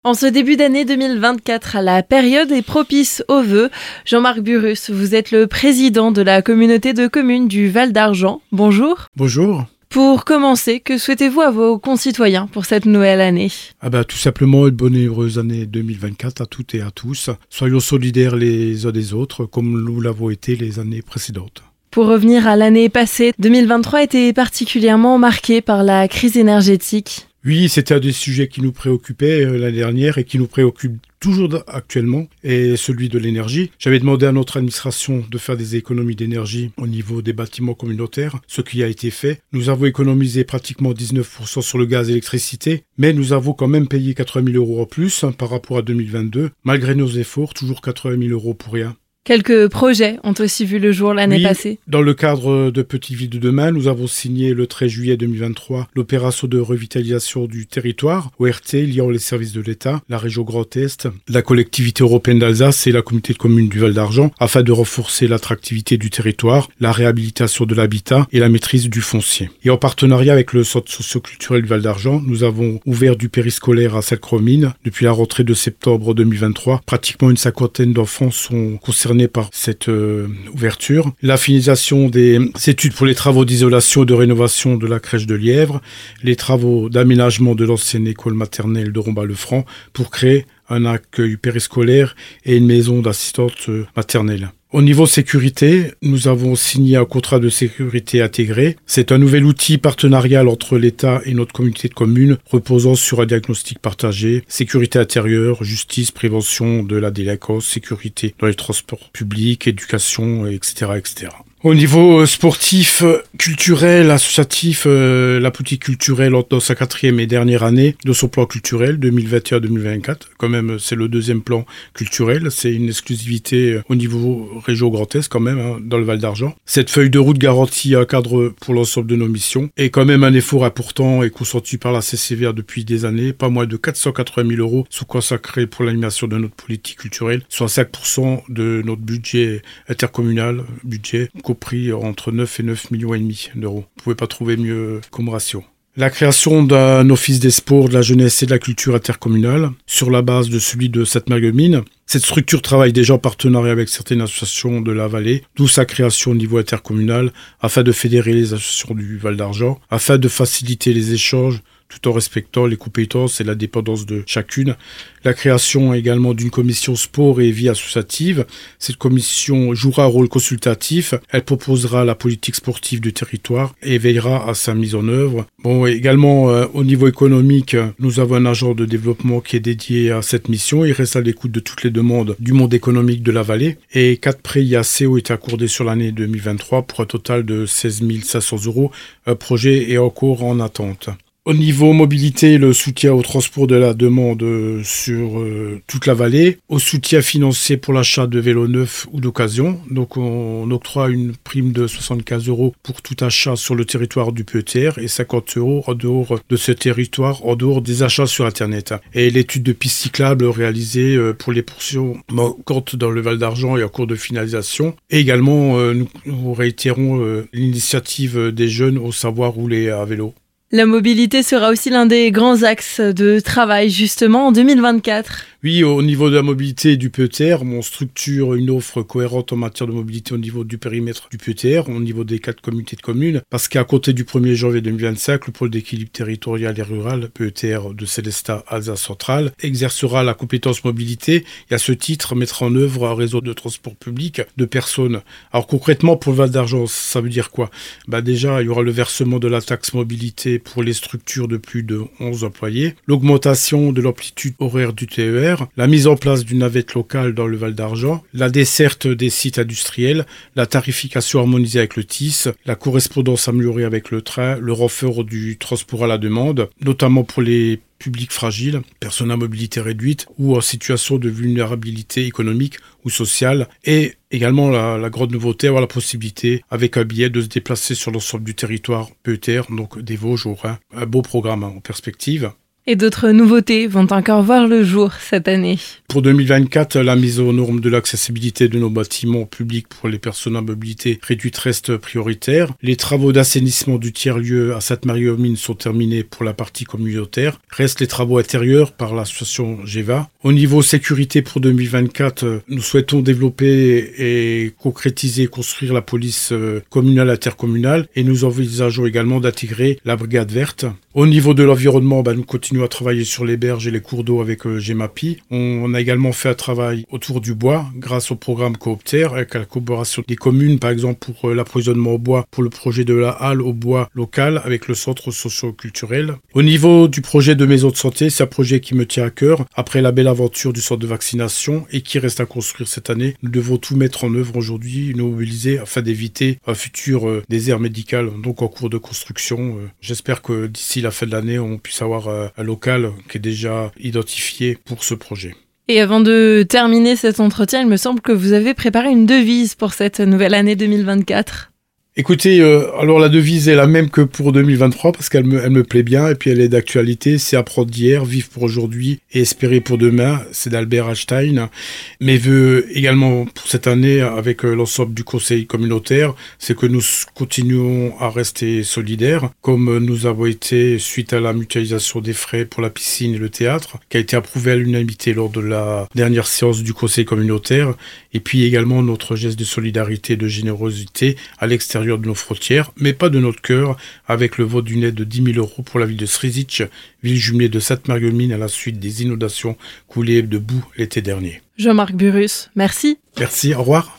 En ce début d'année 2024, la période est propice aux vœux. Jean-Marc Burrus, vous êtes le président de la communauté de communes du Val d'Argent. Bonjour. Bonjour. Pour commencer, que souhaitez-vous à vos concitoyens pour cette nouvelle année ? Tout simplement une bonne et heureuse année 2024 à toutes et à tous. Soyons solidaires les uns des autres comme nous l'avons été les années précédentes. Pour revenir à l'année passée, 2023 était particulièrement marqué par la crise énergétique. Oui, c'était un des sujets qui nous préoccupait l'année dernière et qui nous préoccupe toujours actuellement, et celui de l'énergie. J'avais demandé à notre administration de faire des économies d'énergie au niveau des bâtiments communautaires, ce qui a été fait. Nous avons économisé pratiquement 19% sur le gaz et l'électricité, mais nous avons quand même payé 80 000 € en plus par rapport à 2022. Malgré nos efforts, toujours 80 000 € pour rien. Quelques projets ont aussi vu le jour l'année passée. Dans le cadre de Petite Ville de demain, nous avons signé le 13 juillet 2023 l'opération de revitalisation du territoire, ORT, liant les services de l'État, la région Grand Est, la collectivité européenne d'Alsace et la communauté de communes du Val d'Argent, afin de renforcer l'attractivité du territoire, la réhabilitation de l'habitat et la maîtrise du foncier. Et en partenariat avec le centre socio-culturel du Val d'Argent, nous avons ouvert du périscolaire à Salcromine depuis la rentrée de septembre 2023. Pratiquement une cinquantaine d'enfants sont concernés par cette ouverture. La finalisation des études pour les travaux d'isolation et de rénovation de la crèche de Lièvre, les travaux d'aménagement de l'ancienne école maternelle de Rombas-le-Franc pour créer un accueil périscolaire et une maison d'assistante maternelle. Au niveau sécurité, nous avons signé un contrat de sécurité intégré. C'est un nouvel outil partenarial entre l'État et notre communauté de communes reposant sur un diagnostic partagé, sécurité intérieure, justice, prévention de la délinquance, sécurité dans les transports publics, éducation, etc., etc. Au niveau sportif, culturel, associatif, la politique culturelle entre dans sa 4e et dernière année de son plan culturel 2021-2024. Quand même, c'est le 2e plan culturel. C'est une exclusivité au niveau région Grand Est quand même, dans le Val d'Argent. Cette feuille de route garantit un cadre pour l'ensemble de nos missions et quand même un effort important et consenti par la CCVA depuis des années. Pas moins de 480 000 € sont consacrés pour l'animation de notre politique culturelle, soit 5% de notre budget intercommunal, pris entre 9 et 9,5 millions d'euros. Vous ne pouvez pas trouver mieux comme ratio. La création d'un office des sports, de la jeunesse et de la culture intercommunale sur la base de celui de Sainte-Marguerite-Mine. Cette structure travaille déjà en partenariat avec certaines associations de la vallée, d'où sa création au niveau intercommunal afin de fédérer les associations du Val d'Argent, afin de faciliter les échanges tout en respectant les compétences et la dépendance de chacune. La création également d'une commission sport et vie associative. Cette commission jouera un rôle consultatif. Elle proposera la politique sportive du territoire et veillera à sa mise en œuvre. Également, au niveau économique, nous avons un agent de développement qui est dédié à cette mission. Il reste à l'écoute de toutes les demandes du monde économique de la vallée. Et 4 prêts IAC ont été accordés sur l'année 2023 pour un total de 16 500 €. Un projet est encore en attente. Au niveau mobilité, le soutien au transport de la demande sur toute la vallée, au soutien financier pour l'achat de vélos neufs ou d'occasion. Donc on octroie une prime de 75 € pour tout achat sur le territoire du PETR et 50 € en dehors de ce territoire, en dehors des achats sur Internet. Et l'étude de pistes cyclables réalisée pour les portions manquantes dans le Val d'Argent est en cours de finalisation. Et également, nous réitérons l'initiative des jeunes au savoir rouler à vélo. La mobilité sera aussi l'un des grands axes de travail justement en 2024. Oui, au niveau de la mobilité du PETR, on structure une offre cohérente en matière de mobilité au niveau du périmètre du PETR, au niveau des 4 communautés de communes, parce qu'à compter du 1er janvier 2025, le pôle d'équilibre territorial et rural, PETR de Célestat Alsace Centrale, exercera la compétence mobilité et à ce titre mettra en œuvre un réseau de transport public de personnes. Alors concrètement, pour le Val d'Argent, ça veut dire quoi ? Déjà, il y aura le versement de la taxe mobilité pour les structures de plus de 11 employés, l'augmentation de l'amplitude horaire du TER, la mise en place d'une navette locale dans le Val d'Argent, la desserte des sites industriels, la tarification harmonisée avec le TIS, la correspondance améliorée avec le train, le renfort du transport à la demande, notamment pour les publics fragiles, personnes à mobilité réduite ou en situation de vulnérabilité économique ou sociale. Et également la grande nouveauté, avoir la possibilité, avec un billet, de se déplacer sur l'ensemble du territoire PETR, donc des Vosges au Rhin. Un beau programme en perspective. Et d'autres nouveautés vont encore voir le jour cette année. Pour 2024, la mise aux normes de l'accessibilité de nos bâtiments publics pour les personnes à mobilité réduite reste prioritaire. Les travaux d'assainissement du tiers-lieu à Sainte-Marie-aux-Mines sont terminés pour la partie communautaire. Restent les travaux intérieurs par l'association GEVA. Au niveau sécurité pour 2024, nous souhaitons développer et concrétiser, construire la police communale intercommunale et nous envisageons également d'intégrer la brigade verte. Au niveau de l'environnement, nous continuons à travailler sur les berges et les cours d'eau avec GEMAPI. On a également fait un travail autour du bois grâce au programme Coopter avec la collaboration des communes, par exemple pour l'approvisionnement au bois pour le projet de la halle au bois local avec le centre socio-culturel. Au niveau du projet de maison de santé, c'est un projet qui me tient à cœur. Après la belle aventure du centre de vaccination et qui reste à construire cette année, nous devons tout mettre en œuvre aujourd'hui, nous mobiliser afin d'éviter un futur désert médical, donc en cours de construction. J'espère que d'ici la fin de l'année, on puisse avoir un local qui est déjà identifié pour ce projet. Et avant de terminer cet entretien, il me semble que vous avez préparé une devise pour cette nouvelle année 2024. Écoutez, alors la devise est la même que pour 2023 parce qu'elle me plaît bien et puis elle est d'actualité. C'est apprendre d'hier, vivre pour aujourd'hui et espérer pour demain. C'est d'Albert Einstein. Mes vœux également pour cette année avec l'ensemble du conseil communautaire, c'est que nous continuons à rester solidaires comme nous avons été suite à la mutualisation des frais pour la piscine et le théâtre qui a été approuvée à l'unanimité lors de la dernière séance du conseil communautaire et puis également notre geste de solidarité et de générosité à l'extérieur de nos frontières, mais pas de notre cœur, avec le vote d'une aide de 10 000 € pour la ville de Srezic, ville jumelée de Sainte-Marie-aux-Mines à la suite des inondations coulées de boue l'été dernier. Jean-Marc Burrus, merci. Merci, au revoir.